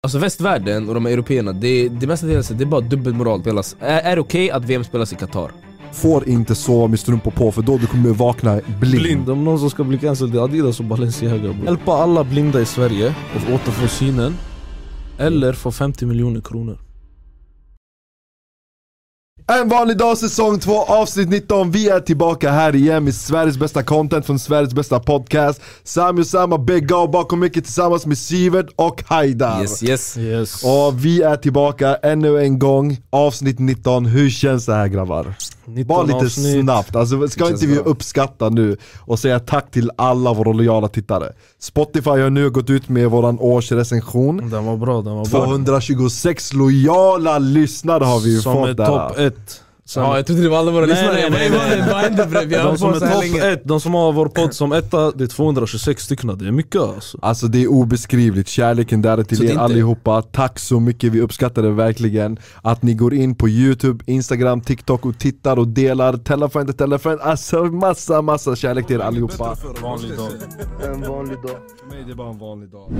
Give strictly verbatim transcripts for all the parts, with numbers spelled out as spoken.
Alltså västvärlden och de européerna, det, det mesta delen, det är bara dubbelmoral. Är, är det okej okay att V M spelas i Qatar? Får inte så med strumpor på, för då du kommer vakna blind. Blind, om någon som ska bli cancelled, det är Adidas och Balenciaga. Hjälpa alla blinda i Sverige och återfå synen. Eller få femtio miljoner kronor. En vanlig dag, säsong två, avsnitt nitton. Vi är tillbaka här igen med Sveriges bästa content från Sveriges bästa podcast. Sami och Sama, Big Go bakom mycket tillsammans med Sivert och Haidar. Yes, yes, yes. Och vi är tillbaka ännu en gång. Avsnitt nitton, hur känns det här, grabbar? Bara lite avsnitt. snabbt, alltså, ska inte vi bra. uppskatta nu och säga tack till alla våra lojala tittare. Spotify har nu gått ut med våran årsrecension. Den var bra, den var bra. tvåhundratjugosex lojala lyssnare har vi Som fått är där. topp ett. Sen, Ja, jag trodde det var alla våra Nej, lyssnare. nej, Jag bara, nej, vad nej. vad händer bre? Vi har de hållit som på är så här topp länge. ett, de som har vår podd som etta, det är tvåhundratjugosex stycken. Det är mycket alltså. Alltså det är obeskrivligt, kärleken där till Så det er är inte- allihopa. Tack så mycket, vi uppskattar det verkligen. Att ni går in på YouTube, Instagram, TikTok och tittar och delar. Tell a friend, tell a friend. Alltså massa, massa kärlek till er allihopa. Vanlig dag. En vanlig dag. För mig det är bara en vanlig dag.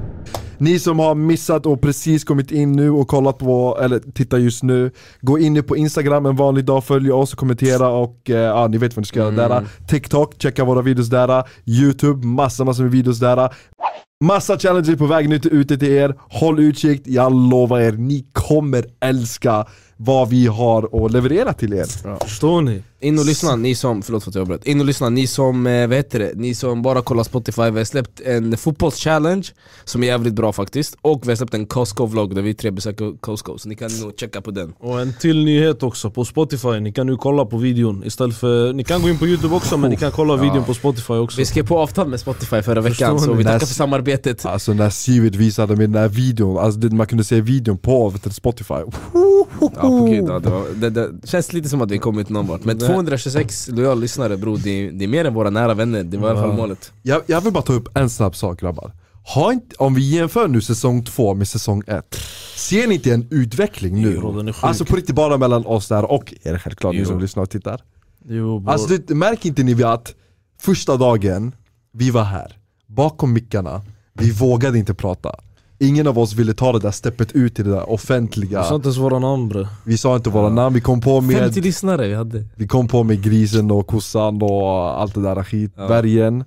Ni som har missat och precis kommit in nu och kollat på, eller tittar just nu, gå in nu på Instagram en vanlig dag, följ oss och kommentera och eh, ja, ni vet vad ni ska göra där. TikTok, checka våra videos där. YouTube, massa massa med videos där. Massa challenges på väg ut, ute till er. Håll utkik, jag lovar er, ni kommer älska vad vi har att leverera till er. Förstår ni? In och lyssna, ni som, förlåt för att jag avbröt. In och lyssna, ni som, eh, vad heter det? Ni som bara kollar Spotify. Vi har släppt en fotbollschallenge som är jävligt bra faktiskt. Och vi har släppt en Costco-vlogg där vi tre besöker Costco. Så ni kan nog checka på den. Och en till nyhet också på Spotify. Ni kan nu kolla på videon istället för... Ni kan gå in på YouTube också, men ni kan kolla videon på Spotify också. Vi skrev på avtal med Spotify förra veckan, Förstår så ni? vi tackar När- för samarbetet. Alltså när Sivert visade mig den här videon, alltså det, man kunde se videon på vet du, Spotify. Ja, på gud, ja, det, var, det, det känns lite som att vi kommit någon vart. Men tvåhundratjugosex lojala lyssnare, bro, det, det är mer än våra nära vänner. Det var i alla fall målet. Jag, jag vill bara ta upp en snabb sak, grabbar. Har inte, om vi jämför nu säsong två med säsong ett, ser ni inte en utveckling nu? Jo, den är sjuk. Alltså på riktigt, bara mellan oss där och er självklart, ni Jo. som lyssnar och tittar. Jo, bror. Alltså det, märker inte ni att första dagen vi var här, bakom mickarna, vi vågade inte prata. Ingen av oss ville ta det där steppet ut i det där offentliga. Vi sa inte ens våra namn bre. Vi sa inte våra namn, vi kom på med femtio lyssnare vi hade. Vi kom på med grisen och kossan och allt det där skit, Ja. bergen.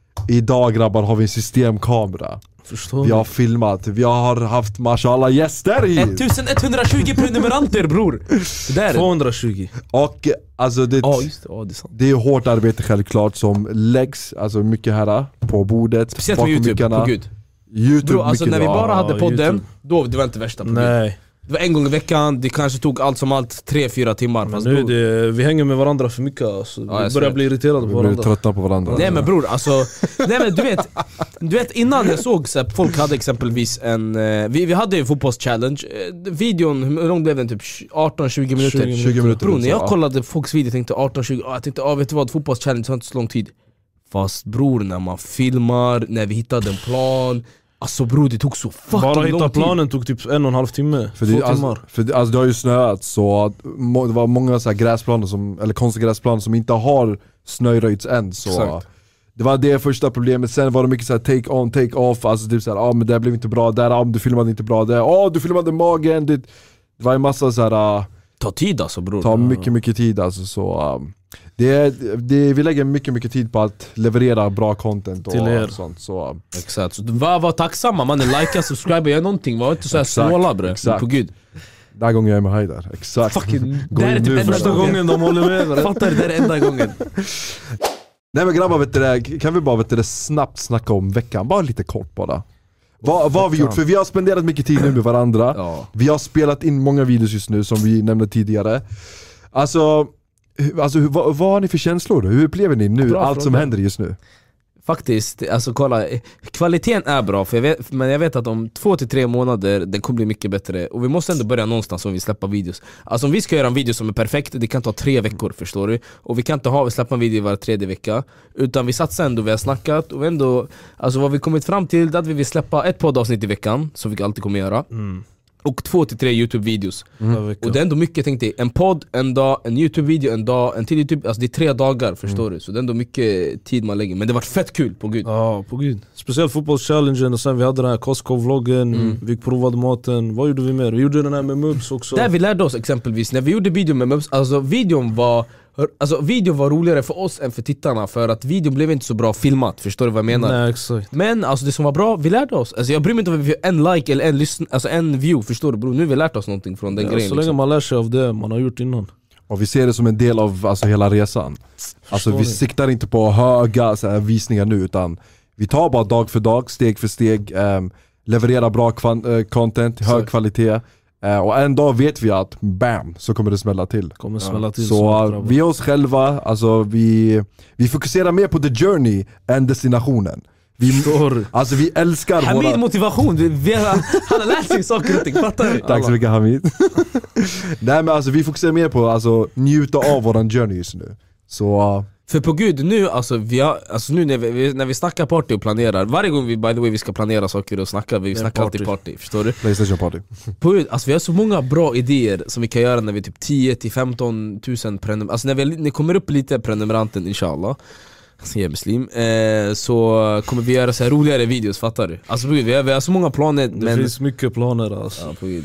Idag grabbar har vi en systemkamera. Förstår Vi har ni? filmat, vi har haft mashallah gäster hit. elvaetthundratjugo prenumeranter, bror! Det där är... tvåhundratjugo. Och alltså det, Ja just det, ja, det är sant. det är hårt arbete självklart som läggs, alltså mycket här på bordet. Speciellt med bakom YouTube, mickarna. på gud. YouTube Bro, alltså mycket när vi bra. bara hade Ja, podden, YouTube. då det var inte värsta på gud. Nej, Det var en gång i veckan, det kanske tog allt som allt tre fyra timmar. men Fast nu är bror, det, vi hänger med varandra för mycket alltså. Ja, jag Vi svär. börjar bli irriterade på Vi blir varandra. tröttna på varandra. nej men bror, alltså, nej men du vet, du vet innan jag såg så här, folk hade exempelvis en, eh, vi, vi hade ju en fotbollschallenge, eh, videon, hur lång blev den? Typ arton tjugo minuter? tjugo minuter. Bro, när jag ja. kollade folks video tänkte arton tjugo, ah, jag tänkte ah, vet du vad, fotbollschallenge tar inte så lång tid. Fast bror, när man filmar, när vi hittade en plan, alltså bror det tog så fucking Bara lång hitta tid. planen tog typ en och en halv timme. För Två det, alltså, timmar. för det, alltså det har ju snöat så att må, det var många så här gräsplaner som, eller konstgräsplaner som inte har snöröjts än så Exakt. det var det första problemet. Sen var det mycket så här take on, take off, alltså typ såhär, ah men det här blev inte bra där, ah men du filmade inte bra där, ah du filmade magen, det, det var en massa så här, uh, Ta tid alltså bror. tar mycket mycket tid alltså så um, det, det, vi lägger mycket mycket tid på att leverera bra content och Till er. sånt så um, Exakt, så var, var tacksamma mannen, likea, subscribe, gör någonting, var inte såhär Exakt, snåla bre, exakt. på gud. den här gången jag är med Haidar, exakt. Fucking, Gå det här är in typ nu enda för Första det. gången de håller med bre. Fattar du, det här är enda gången. Nej men grabbar, vet du det, kan vi bara vet du det, snabbt snacka om veckan, bara lite kort bara. Vad, vad har vi gjort? För vi har spenderat mycket tid nu med varandra. Ja. Vi har spelat in många videos just nu som vi nämnde tidigare. Alltså, hu- alltså hur- vad, vad har ni för känslor? Hur upplever ni nu Bra allt som fråga. händer just nu? Faktiskt, alltså kolla, kvaliteten är bra, för jag vet, men jag vet att om två till tre månader den kommer bli mycket bättre. Och vi måste ändå börja någonstans om vi släpper videos. Alltså om vi ska göra en video som är perfekt, det kan ta tre veckor, förstår du? Och vi kan inte ha, släppa en video var tredje vecka. Utan vi satsar ändå, vi har snackat och ändå, alltså vad vi kommit fram till, det är att vi vill släppa ett poddavsnitt i veckan, som vi alltid kommer göra. Mm. och två till tre YouTube-videos. Mm. Och det är ändå mycket, tänkte jag. En podd, en dag, en YouTube-video, en dag, en till YouTube. Alltså det är tre dagar, förstår mm. du? Så det är ändå mycket tid man lägger. Men det var fett kul, på gud. Ja, på gud. Speciellt fotbollschallengen och sen vi hade den här Costco-vloggen, mm. vi provade maten. Vad gjorde vi mer? Vi gjorde den här med Mubs också. Där vi lärde oss exempelvis, när vi gjorde videon med Mubs, alltså videon var... Alltså videon var roligare för oss än för tittarna, för att videon blev inte så bra filmat, förstår du vad jag menar? Nej, exakt. Men alltså det som var bra, vi lärde oss. Alltså jag bryr mig inte om vi en like eller en listen, alltså en view, förstår du bro? Nu har vi lärt oss någonting från den ja, grejen. Så länge liksom. man lär sig av det man har gjort innan. Och vi ser det som en del av alltså, hela resan. Alltså vi siktar inte på höga så här, visningar nu, utan vi tar bara dag för dag, steg för steg, um, levererar bra kvan- uh, content, hög kvalitet. Uh, och en dag vet vi att bam, så kommer det smälla till. Kommer smälla till. Så uh, vi är oss själva, alltså vi, vi fokuserar mer på the journey än destinationen. Vi, alltså vi älskar Hamid våra... motivation, vi, vi har, han har lärt sig saker och ting, fattar du? Tack så mycket Hamid. Nej men alltså vi fokuserar mer på alltså njuta av våran journey just nu. Så... Uh, För på gud, nu, alltså, vi har, alltså nu när vi, när vi snackar party och planerar, varje gång vi by the way vi ska planera saker och snacka, vi snackar alltid party, förstår du? PlayStation party. På gud, alltså vi har så många bra idéer som vi kan göra när vi är typ tio till femton tusen prenumeranter. Alltså när vi när kommer upp lite prenumeranten, inshallah, jag är muslim, eh, så kommer vi göra så här roligare videos, fattar du? Alltså på gud, vi har, vi har så många planer. Det men... finns mycket planer alltså. Ja, på gud.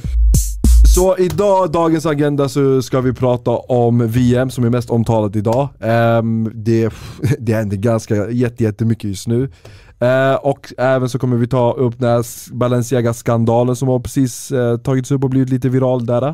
Så idag, dagens agenda, så ska vi prata om V M som är mest omtalat idag. Um, det, det händer ganska jätte, jättemycket just nu. Uh, och även så kommer vi ta upp den här Balenciaga-skandalen som har precis uh, tagits upp och blivit lite viral där.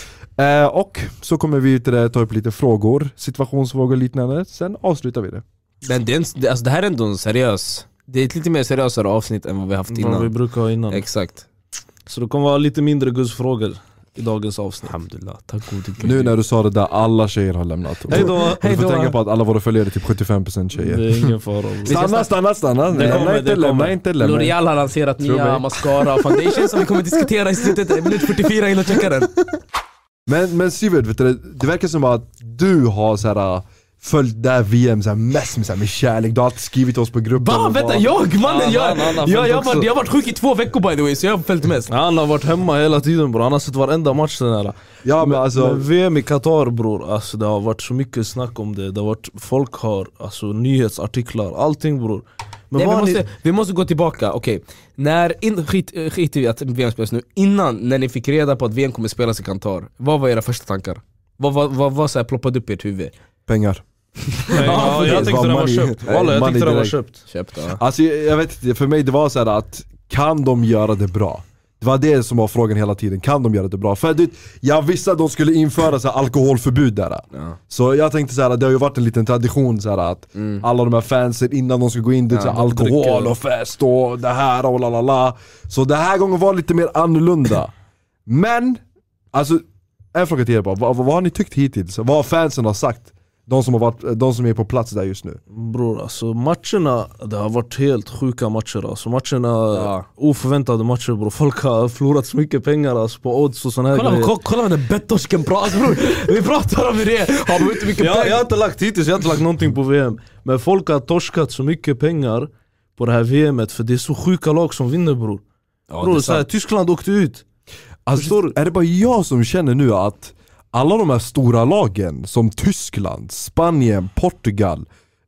Uh, och så kommer vi till det, ta upp lite frågor, situationsfrågor och liknande. Sen avslutar vi det. Men det, är en, alltså det här är ändå en seriös, det är ett lite mer seriösare avsnitt än vad vi haft innan. Vad vi brukar ha innan. Exakt. Så det kommer vara lite mindre gudsfrågor i dagens avsnitt. Alhamdulillah, tack gode Gud. Nu när du sa det där, alla tjejer har lämnat. Hej då. Och du får tänka på att alla våra följare är typ sjuttiofem procent tjejer. Det är ingen fara. Stanna, stanna, stanna. Det kommer, lämna inte, det lämna kommer. inte, lämna. L'Oreal har lanserat nya mascara och foundation som vi kommer diskutera i slutet, minut fyrtiofyra, in och checka den. Men, men Sivert, vet du, det verkar som att du har så här följt det här V M så här mest med, så här, med kärlek. Du har alltid skrivit oss på gruppen. Ba, vänta, jag mannen, Ja, jag, han- han har jag, följt jag, också. var, jag har varit sjuk i två veckor by the way, så jag har följt mest. Han har varit hemma hela tiden bror, han har sett varenda match den här. Ja men alltså, Men V M i Qatar bror, alltså, det har varit så mycket snack om det. Det har varit, folk har alltså, nyhetsartiklar, allting bror. Men Nej, vi, vad ni- måste, vi måste gå tillbaka, okej. När, in, skit, skit i att V M spelas nu. Innan, när ni fick reda på att V M kommer spelas i Qatar, vad var era första tankar? Vad var vad, vad, så här ploppade upp i ert huvud? pengar. Nej, ja, det jag var tänkte den var money. köpt. Walla, jag Money tänkte den var direkt. köpt. Köpt, ja. Alltså jag, jag vet inte, för mig det var så här att kan de göra det bra? Det var det som var frågan hela tiden, kan de göra det bra? För du, jag visste att de skulle införa så här alkoholförbud där. Ja. Så jag tänkte så här, det har ju varit en liten tradition så här, att Mm. alla de här fansen innan de ska gå in, det är så här, Ja, alkohol dricker. och fest och det här och lalala. Så det här gången var lite mer annorlunda. Men, alltså en fråga till er bara, vad, vad har ni tyckt hittills? Vad har fansen har sagt? De som, har varit, de som är på plats där just nu. Bror, alltså matcherna, det har varit helt sjuka matcher alltså. Matcherna, Ja. oförväntade matcher bror. Folk har förlorat så mycket pengar alltså, på odds och såna här Kolla, grejer. kolla, kolla vad den bettorsken pratar, alltså, bror. Vi pratar om hur det är, har man inte mycket Ja, pengar? jag har inte lagt hittills, jag har inte lagt någonting på V M. Men folk har torskat så mycket pengar på det här V M:et, för det är så sjuka lag som vinner bror. Ja, det Bror, är så här, sant. Tyskland åkte ut. Alltså, Förstår du? är det bara jag som känner nu att alla de här stora lagen som Tyskland, Spanien, Portugal,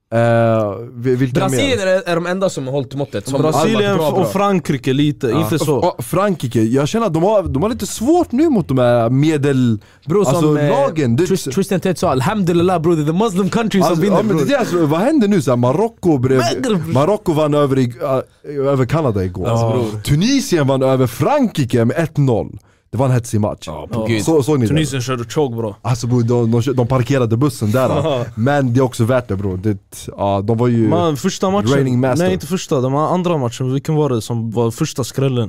eh, vilka Brasilien mer? är, är de enda som har hållit måttet, som Brasilien har varit bra, bra. och Frankrike lite, inte så. Och Frankrike, jag känner att de har, de har lite svårt nu mot de här medel... Bro, som alltså, eh, lagen, det- Tris- Tristan Ted sa, alhamdulillah bror, det är the muslim country som Alltså, vinner ja, men bror. det är alltså, vad händer nu? Så här, Marocko, brev, Men- Marocko vann över, i, äh, över Kanada igår. Alltså, bror. Tunisien vann över Frankrike med ett noll. Det var en hetsig match. Ja, på gud. Så, såg ni det? Tunisien körde choke bra. Alltså bro, de, de, de parkerade bussen där. Men det är också värt det bro. Det, ja, de var ju... Man, första matchen, Reigning master. nej inte första, de andra matchen, vilken var det som var första skrällen?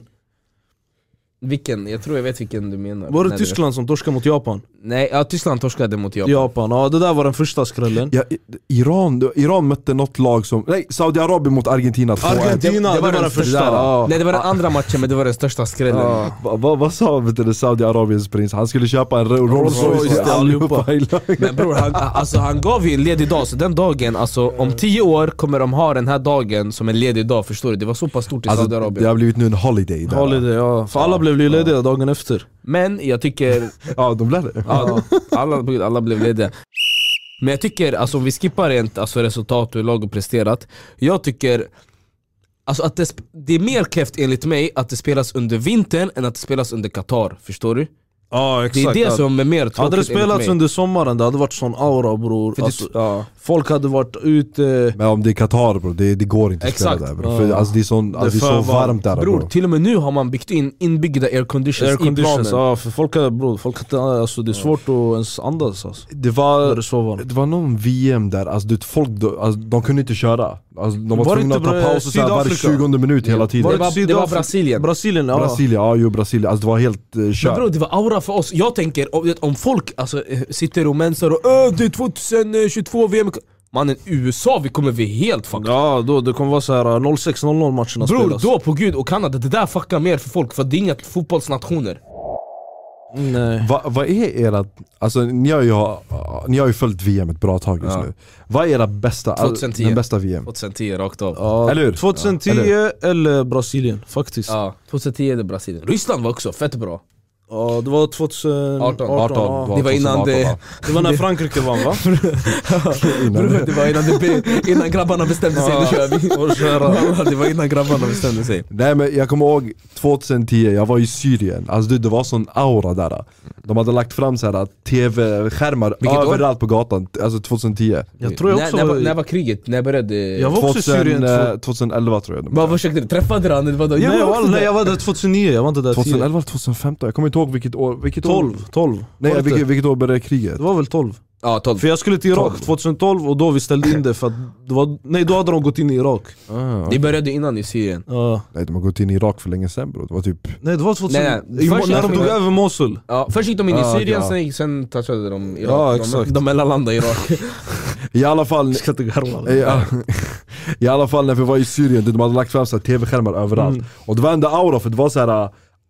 Vilken? Jag tror jag vet vilken du menar. Var det Nej, Tyskland som torskade mot Japan? Nej, ja, Tyskland torskade mot Japan. Japan, ja det där var den första skrällen. Ja, i- Iran, Iran mötte något lag som... Nej, Saudiarabien mot Argentina två ett. Argentina, det, var den första. där, ja. Nej, det var den andra matchen, men det var den största skrällen. Ja, vad va, vad sa vet du, Saudiarabiens prins? Han skulle köpa en Rolls Rolls Royce Royce till till allihopa allihopa. i laget. Men bror, han, alltså, han gav ju en ledig dag, så den dagen, alltså om tio år kommer de ha den här dagen som en ledig dag, förstår du? Det var så pass stort i Alltså, Saudiarabien. det har blivit nu en holiday där. Holiday, ja. För alla blev blev ju lediga dagen efter. Men jag tycker... Ja, de blev det. Ja, alla, alla blev lediga. Men jag tycker, alltså om vi skippar rent alltså, resultat och hur lag och presterat. Jag tycker alltså, att det, det är mer kräft enligt mig att det spelas under vintern än att det spelas under Qatar, förstår du? Ja, exakt. Det är det som är mer tråkigt. Hade det spelats under sommaren, det hade varit sån aura, bror. Alltså, det, ja. Folk hade varit ute. Men om det är Qatar, bro, det, det går inte att exakt. spela där, bro. För, alltså, det är, sån, det är, alltså, det är så varmt där, bror. bro. Till och med nu har man byggt in inbyggda air conditions, air conditions i planen. Ja, för folk, bro, folk alltså, det är svårt att ens andas alltså. Det var, det, så det var någon V M där, alltså, det, folk, alltså, de kunde inte köra. Alltså, de var, var tvungna att ta paus så här, varje tjugonde minut hela tiden. Det var, det var Brasilien. Brasilien, ja. Brasilien, ja, jo, Brasilien. Alltså, det var helt uh, kört. Men bro, det var aura för oss. Jag tänker, om folk alltså, sitter och mensar och öh, det är tjugohundratjugotvå V M. Mannen, U S A, vi kommer vi helt fucked. Ja, då, det kommer vara så här noll sex noll noll matcherna bror, spelas. då på gud och Kanada, det där fuckar mer för folk. För det är inga fotbollsnationer. Nej. Vad va är era, alltså ni har, ju, ni har ju följt V M ett bra tag just ja. nu. Vad är era bästa, tjugohundratio. den bästa V M? tjugohundratio rakt av. Ja, eller hur? tjugohundratio ja. eller Brasilien, faktiskt. Ja, tjugohundratio eller Brasilien. Ryssland var också fett bra. Ja, det var tjugoarton. arton, ja. Det var innan det... Det var när Frankrike vann, va? innan det var innan, det, innan grabbarna bestämde sig, då kör vi. Det var innan grabbarna bestämde sig. Nej, men jag kommer ihåg tjugohundratio, jag var i Syrien. Alltså det, det var sån aura där. De hade lagt fram så här tv-skärmar överallt på gatan. Alltså tjugohundratio. Jag tror jag också... När, när, var, när var kriget? När började... Jag var också i Syrien. tjugoelva tror jag. Vad försökte du? Träffade han? Det var då, jag nej, var nej, jag var där tjugohundranio, jag var inte där tjugoelva, tjugohundrafemton, jag kommer inte ihåg vilket år. Vilket tolv, år? tolv. Nej, vilket, vilket år började kriget? Det var väl tolv. Ja, tolv. För jag skulle till Irak tjugotolv och då vi ställde in det för att det var, nej, då hade de gått in i Irak. Ah, okay. Det började innan i Syrien. Ah. Nej, de har gått in i Irak för länge sedan, bro. Det var typ... Nej, det var tjugohundra. Nej, nej. Först, när de tog över Mosul. Ja, först gick de in i ah, Syrien, ja. sen, sen touchade de Irak. Ja, de, exakt. de mellanlandade i Irak. I alla fall... I, I alla fall när vi var i Syrien, de hade lagt fram så här tv-skärmar överallt. Mm. Och det var ändå aura, för det var så här...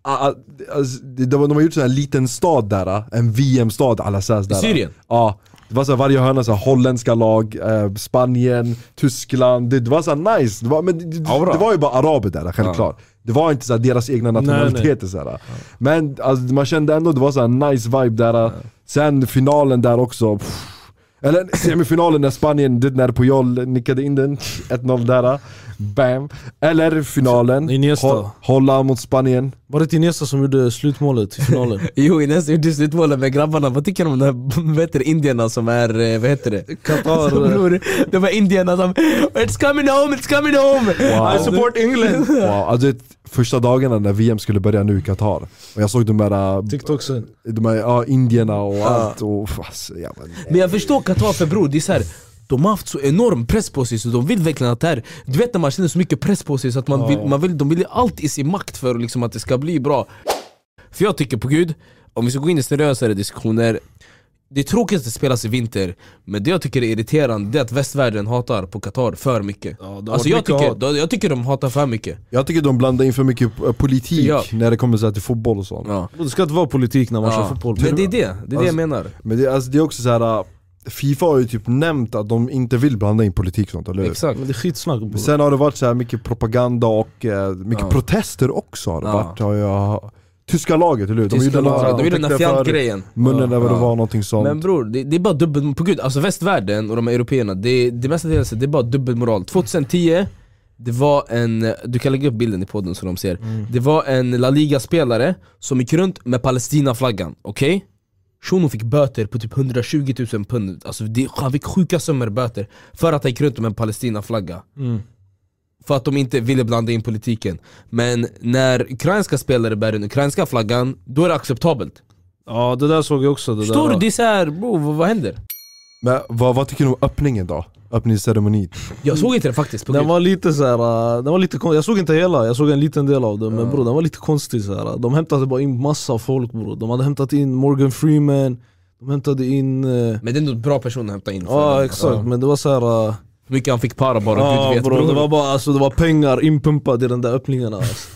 Alltså, de har gjort en liten stad där, en V M-stad alla sägs där. I Syrien? Ja, det var så här, varje hörna så här, holländska lag, eh, Spanien, Tyskland. Det, det var så här nice. Det var, men det, det var ju bara araber där, självklart. Ja. Det var inte så här, deras egna nationaliteter så här. Ja. Men alltså, man kände ändå det var så här nice vibe där. Ja. Sen finalen där också. Pff. Eller semifinalen när Spanien did när Puyol nickade in den ett noll där. Bam. Eller finalen Ho- Holland mot Spanien. Var det Iniesta som gjorde slutmålet i finalen? Jo, Iniesta gjorde slutmålet med grabbarna. Vad tycker du om de här, vad heter det, indierna som är, vad heter det? Qatar. De var indierna som it's coming home, it's coming home. Wow. I support England. Wow. Alltså, första dagarna när V M skulle börja nu i Qatar och jag såg de här TikToksen, de här ja, indierna och allt och, alltså, ja, men, men jag förstår Qatar, för bror, det är så här. De har haft så enorm press på sig så de vill verkligen att det här, du vet när man känner så mycket press på sig så att man ja. vill, man vill, de vill allt i sin makt för liksom att det ska bli bra. För jag tycker på gud, om vi ska gå in i seriösare diskussioner, det är tråkigt att det spelas i vinter, men det jag tycker är irriterande det är att västvärlden hatar på Qatar för mycket. Ja, alltså jag, tycker, då, jag tycker de hatar för mycket. Jag tycker de blandar in för mycket politik ja. när det kommer så här till fotboll och sånt. Ja. Det ska inte vara politik när man ja. kör fotboll. Men det är det, det, är det alltså, jag menar. Men det, alltså, det är också så här. FIFA har ju typ nämnt att de inte vill blanda in politik och sånt, eller hur? Exakt, men det är skitsnack. Men sen har det varit så här mycket propaganda och eh, mycket ja. protester också har det ja. varit. Har jag, tyska laget, eller hur? De gjorde de gjorde den här fjantgrejen. Munnen där ja. det var någonting sånt. Men bror, det, det är bara dubbel, på gud, alltså västvärlden och de européerna, det, det mesta delen, det är bara dubbelmoral. tjugohundratio, det var en, du kan lägga upp bilden i podden så de ser. Mm. Det var en La Liga-spelare som gick runt med Palestina-flaggan, okej? Okay? Shuno fick böter på typ hundratjugo tusen pund. Alltså det, han fick sjuka summor böter för att han gick runt med en Palestina-flagga. Mm. För att de inte ville blanda in politiken. Men när ukrainska spelare bär den ukrainska flaggan, då är det acceptabelt. Ja, det där såg jag också. Det Står där. Det så här, bro, vad, vad händer? Men vad, vad tycker du om öppningen då? Öppningsceremonin? Jag såg inte det faktiskt. Den var lite så här, den var lite, jag såg inte hela, jag såg en liten del av det. Men bro, den var lite konstig så här. De hämtade bara in massa folk, bro. De hade hämtat in Morgan Freeman. De hämtade in uh... Men det är ändå en bra person att hämta in. Ja, exakt, ja. Men det var så här. Uh... Hur mycket han fick para bara, ja, Gud vet, bro, det var bara, alltså, det var pengar inpumpade i den där öppningarna, alltså.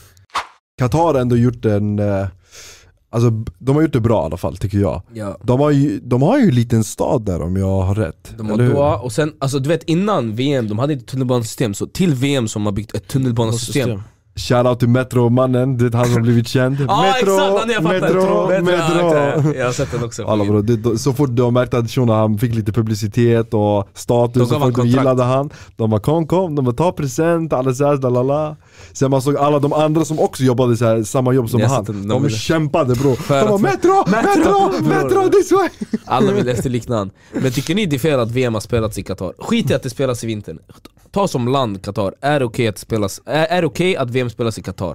Qatar har ändå gjort en uh... Alltså de har gjort det bra i alla fall, tycker jag. Ja. De har ju, de har ju en liten stad där om jag har rätt. De har Doha, och sen, alltså du vet innan V M, de hade inte tunnelbanesystem. Så till V M som har byggt ett tunnelbanesystem. Shoutout till Metro-mannen, det är han som blivit känd. Ja Metro, exakt, han jag fattar. Metro, Metro, Metro. ja, jag har sett den också. Alla bro, det, så fort de märkte att shunon, han fick lite publicitet och status, De så folk de gillade han. De var kom kom, de var ta present, alla såhär, lalala. Sen man såg alla de andra som också jobbade så här, samma jobb som Jag han. de, de de kämpade bro. De att- var Metro, Metro, Metro, this way. Alla vill efterlikna han. Men tycker ni det är fel att V M har spelats i Qatar? Skit i att det spelas i vintern. Ta som land Qatar, är det okej att det spelas, är, är det okej att V M spelas i Qatar?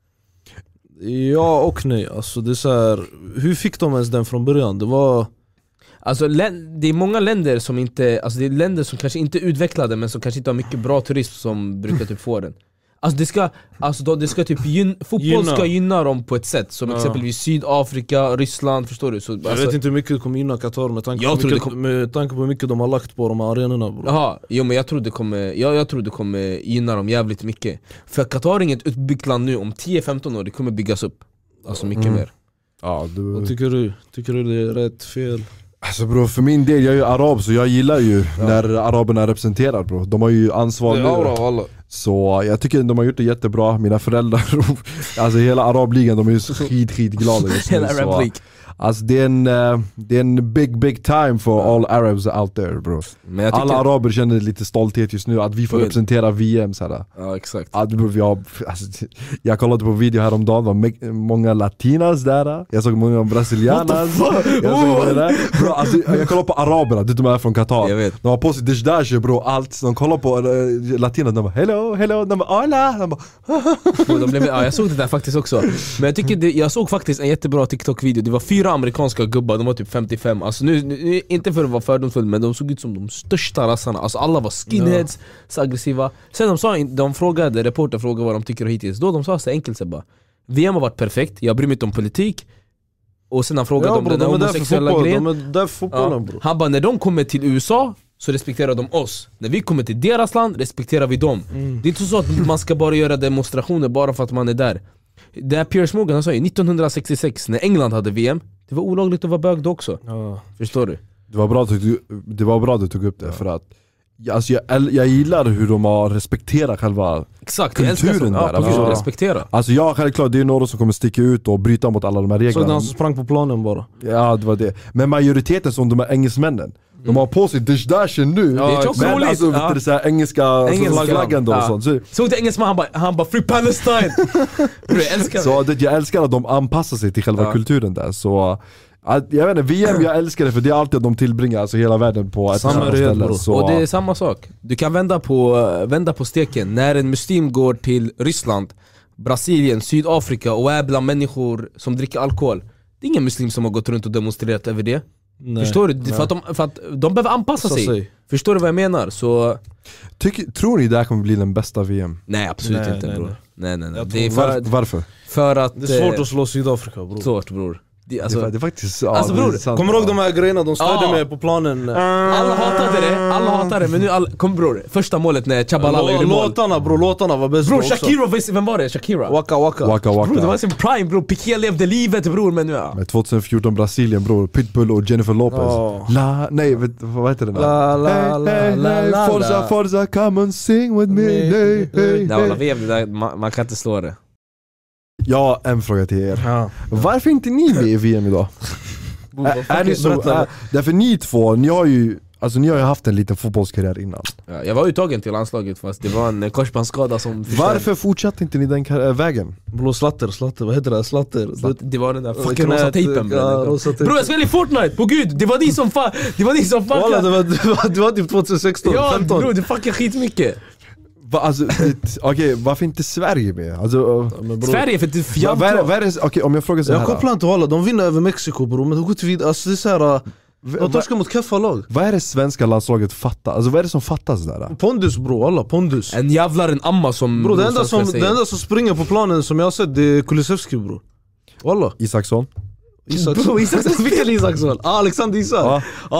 Ja och nej, alltså det är så här, hur fick de ens den från början? Det var... Alltså lä- det är många länder som inte, alltså det är länder som kanske inte är utvecklade men som kanske inte har mycket bra turism som brukar typ få den. Alltså det ska, alltså då, det ska typ gyn- fotboll Gynna. ska gynna dem på ett sätt som Ja. exempelvis Sydafrika, Ryssland, förstår du? Så, Jag alltså, vet inte hur mycket det kommer gynna Qatar med tanke, Jag på tror det mycket, kom- med tanke på hur mycket de har lagt på de här arenorna bro. Jaha, jo men jag tror det kommer, jag, jag tror det kommer gynna dem jävligt mycket. För Qatar är inget utbyggt land nu, om tio femton år det kommer byggas upp. Alltså mycket Mm. mer. Ja, du... Vad tycker du? Tycker du det är rätt, fel? Alltså bro, för min del, jag är ju arab så jag gillar ju när araberna representerar bro. De har ju ansvar nu. alla. Så jag tycker de har gjort det jättebra. Mina föräldrar, alltså hela arabligan, de är ju så skit, skit glada just nu. Hela Så, Arab League. alltså det är, en, eh, det är en big, big time for all Arabs out there bro. Men jag tycker, Alla araber känner lite stolthet just nu att vi får Oj. representera V M såhär. ja exakt. Att, bro, jag, alltså, jag kollade på video häromdagen, det var me- många latinas där. Jag såg många brasilianas. Jag, såg många där. Bro, alltså, jag kollade på araberna, det är de är från Qatar. Jag vet. De har på sig dishdash bro, allt. De kollar på uh, latinas, de bara hello, hello, de bara hola. De bara, Och de blev, ja, jag såg det där faktiskt också. Men jag tycker det, jag såg faktiskt en jättebra TikTok-video. Det var fyra amerikanska gubbar, de var typ femtiofem. Alltså nu, nu inte för att vara fördomsfull, men de såg ut som de största rassarna. Alltså alla var skinheads, så aggressiva. Sen de sa, de frågade, reporter frågade vad de tycker hittills. Då de sa så enkelt så bara, V M har varit perfekt, jag bryr mig inte om politik. Och sen han frågade Ja om bro, den där de är där för homosexuella fotboll, grejen. de är där för fotbollen Ja. bro. Han bara, när de kommer till U S A så respekterar de oss. När vi kommer till deras land respekterar vi dem. Mm. Det är inte så att man ska bara göra demonstrationer bara för att man är där. Det här Piers Morgan han sa ju nittonhundrasextiosex när England hade V M, det var olagligt att vara bög då också. Ja. Förstår du? det, var bra att du, det var bra att du tog upp det för att alltså, jag, äl- jag gillar hur de har respekterat själva. Exakt, jag älskar Kulturen så. Ja, där, precis, ja. respektera. Alltså ja, självklart det är några som kommer sticka ut och bryta mot alla de här Så det reglerna. han som sprang på planen bara. Ja det var det. Men majoriteten som de här engelsmännen, de har på sig dishdashen nu. Ja, det är också men roligt. alltså Ja. vet du, så här, engelska, Engelska. flaggan då och Ja. sånt. Så, Såg till engelsman, han bara, han bara 'Free Palestine' Bro, jag älskar det. så det, jag älskar att de anpassar sig till själva Ja. kulturen där. Så att, jag vet inte, V M jag älskar det för det är alltid att de tillbringar alltså, hela världen på ett Samma samma reda, ställe. bro. Så, Och det är samma sak. Du kan vända på, vända på steken. När en muslim går till Ryssland, Brasilien, Sydafrika och är bland människor som dricker alkohol, det är ingen muslim som har gått runt och demonstrerat över det. Nej. Förstår du? För att, de, för att de behöver anpassa Passa sig. sig. Förstår du vad jag menar? Så Tycker, tror ni det här kommer bli den bästa V M? nej absolut Nej, inte nej, bror. nej. Nej nej nej. Jag Det är tror- för, Var, att- varför? för att Det är svårt eh, att slå Sydafrika bror. svårt bror. Det, Det, alltså, är, det är faktiskt ja, Alltså, det är bror, sant. Kommer du ihåg de här grejerna de stödde Ja. med på planen? alla hatade det, alla hatade det, men nu alla, kom bror, första målet när Chabalala gjorde Lå- mål. Låtarna bror, låtarna var bäst Bror också. Shakira, visst- vem var det? Shakira? Waka waka. Waka Bror det var waka. sin prime bror, Piqué levde livet bror, men nu ja. Med tjugohundrafjorton Brasilien bror, Pitbull och Jennifer Lopez. Ja. La, nej vet, vad heter den? La, la, hey, la, hey, la, hey, la, Forza, la. Forza, come and sing with me. Me. Hey, hey, Det var hey. V M, det där, man, man kan inte slå det. Jag har en fråga till er. Ja. Varför är inte ni med i V M idag? Är, är ni så, berätta. är, därför ni två, ni har ju Alltså ni har ju haft en liten fotbollskarriär innan. Ja, jag var uttagen till landslaget fast det var en eh, korsbandsskada som förstörde. Varför fortsatte inte ni den kar- vägen? Blå slatter, slatter, vad heter det? Slatter? Det, det var den där fucking Knät, rosa tejpen ja, bror. rosa tejpen. Bror jag spelade i Fortnite, på gud! Det var ni som fa- Det var ni som Walla, det fuckade! var, det var, det var typ tjugohundrasexton, Ja femton. bror, du fuckade skitmycket! Va, alltså, det- okej, varför inte Sverige med? Alltså, uh, Ja, men bror, Sverige för att du va, vad är, fjärde. vad är det, okej om jag frågar så jag här. kopplar inte alla, de vinner över Mexiko bror, men de går till vid, alltså det är såhär, v- de va, torskar mot keffa lag. vad är det svenska landslaget fattar? Alltså vad är det som fattas där? Pondus bror, alla pondus. En jävlar en amma som Bro, det, enda som som, ska säga. det enda som springer på planen som jag har sett det är Kulusevski bror. Walla. Isaksson? Isaksson. Bro, Isaksson, vilken Isaksson? Ah, Alexander Isak. Ja,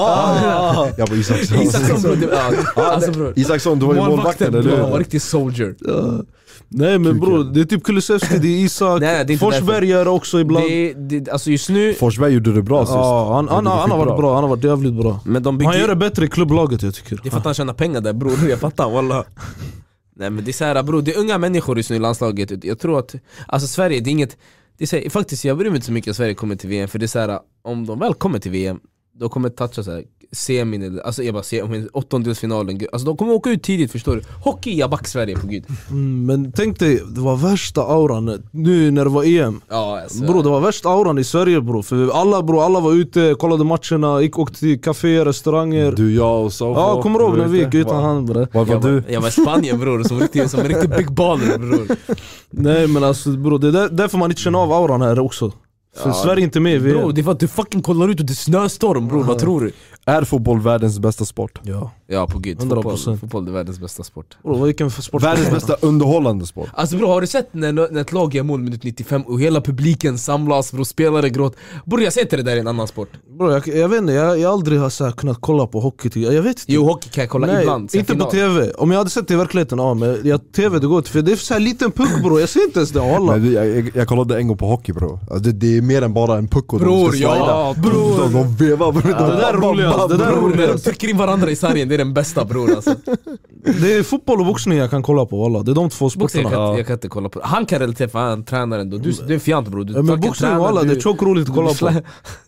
Ah. jag var Isaksson. Isaksson bror, det- ja, Ja, alltså nej, bror. Isaksson, du var ju målvakten, eller bror, han var hur? riktigt soldier. Ja. Nej men Kuken. bror, det är typ Kulusevski, det är Isak, Nej, det är inte Forsberg gör det också ibland. Det, det, alltså just nu, Forsberg gjorde det bra sist. Ja, han, han, Det han, gick har varit bra. bra, han har varit jävligt bra. men de Han gör det bygger, bättre i klubblaget jag tycker. det är för att han tjänar pengar där bror, jag fattar walla. Nej men det är så här, bro, det är unga människor just nu i landslaget. Jag tror att, alltså Sverige, det är inget, det är så här, faktiskt jag bryr mig inte så mycket att Sverige kommer till V M. För det är så här, om de väl kommer till V M, då kommer det toucha så här semin, alltså jag bara ser åttondelsfinalen, alltså de kommer åka ut tidigt, förstår du? Hockey, jag back Sverige på gud. Mm, men tänk dig, det var värsta auran nu när det var E M. Ja, alltså. Bro, det var värsta auran i Sverige bro. För alla bro, alla var ute, kollade matcherna, gick åkte till café, restauranger. Du, jag och så. Ja, kommer du ihåg när vi gick utan han bre? Vad var jag du? Var, jag var i Spanien bror, som riktigt, som riktigt big baller bror. Nej men alltså bro, det är där, därför man inte känner av auran här också. För Ja, Sverige är inte med i V M. Bro, det är för att du fucking kollar ut och det är snöstorm bror, vad tror du? Är fotboll världens bästa sport? Ja, Ja på gud, hundra fotboll, procent. fotboll är världens bästa sport. bro, vad gick en för sport? Världens bästa underhållande sport. Alltså bro, har du sett när, när ett lag gör mål minut nittiofem och hela publiken samlas, bro, spelare gråt? Bro, jag ser inte det där i en annan sport. Bro, jag, jag vet inte, jag, jag aldrig har så här, kunnat kolla på hockey till, jag vet inte. Jo, hockey kan jag kolla Nej, ibland. sen inte final. på tv. Om jag hade sett det i verkligheten, ja men jag, tv det går inte. För det är så här liten puck bro, jag ser inte ens det, alla. Men du, jag, jag, jag kollade en gång på hockey bro. Alltså, det, det är mer än bara en puck och Bror, de ska slida. ja, bror. De, de vevar bror. Ja, det där är roligast, det där är Bror, när de roligast. trycker in varandra i sargen, det är den bästa bror alltså. Det är fotboll och boxning jag kan kolla på alla. Det är de två Boxning jag sporterna. kan, jag kan inte kolla på. Han kan relatera för han tränar ändå. Du, du är fjant bror. Du Ja, men fucking boxning och tränar, alla, du- det är tjockt roligt att kolla du på. slä-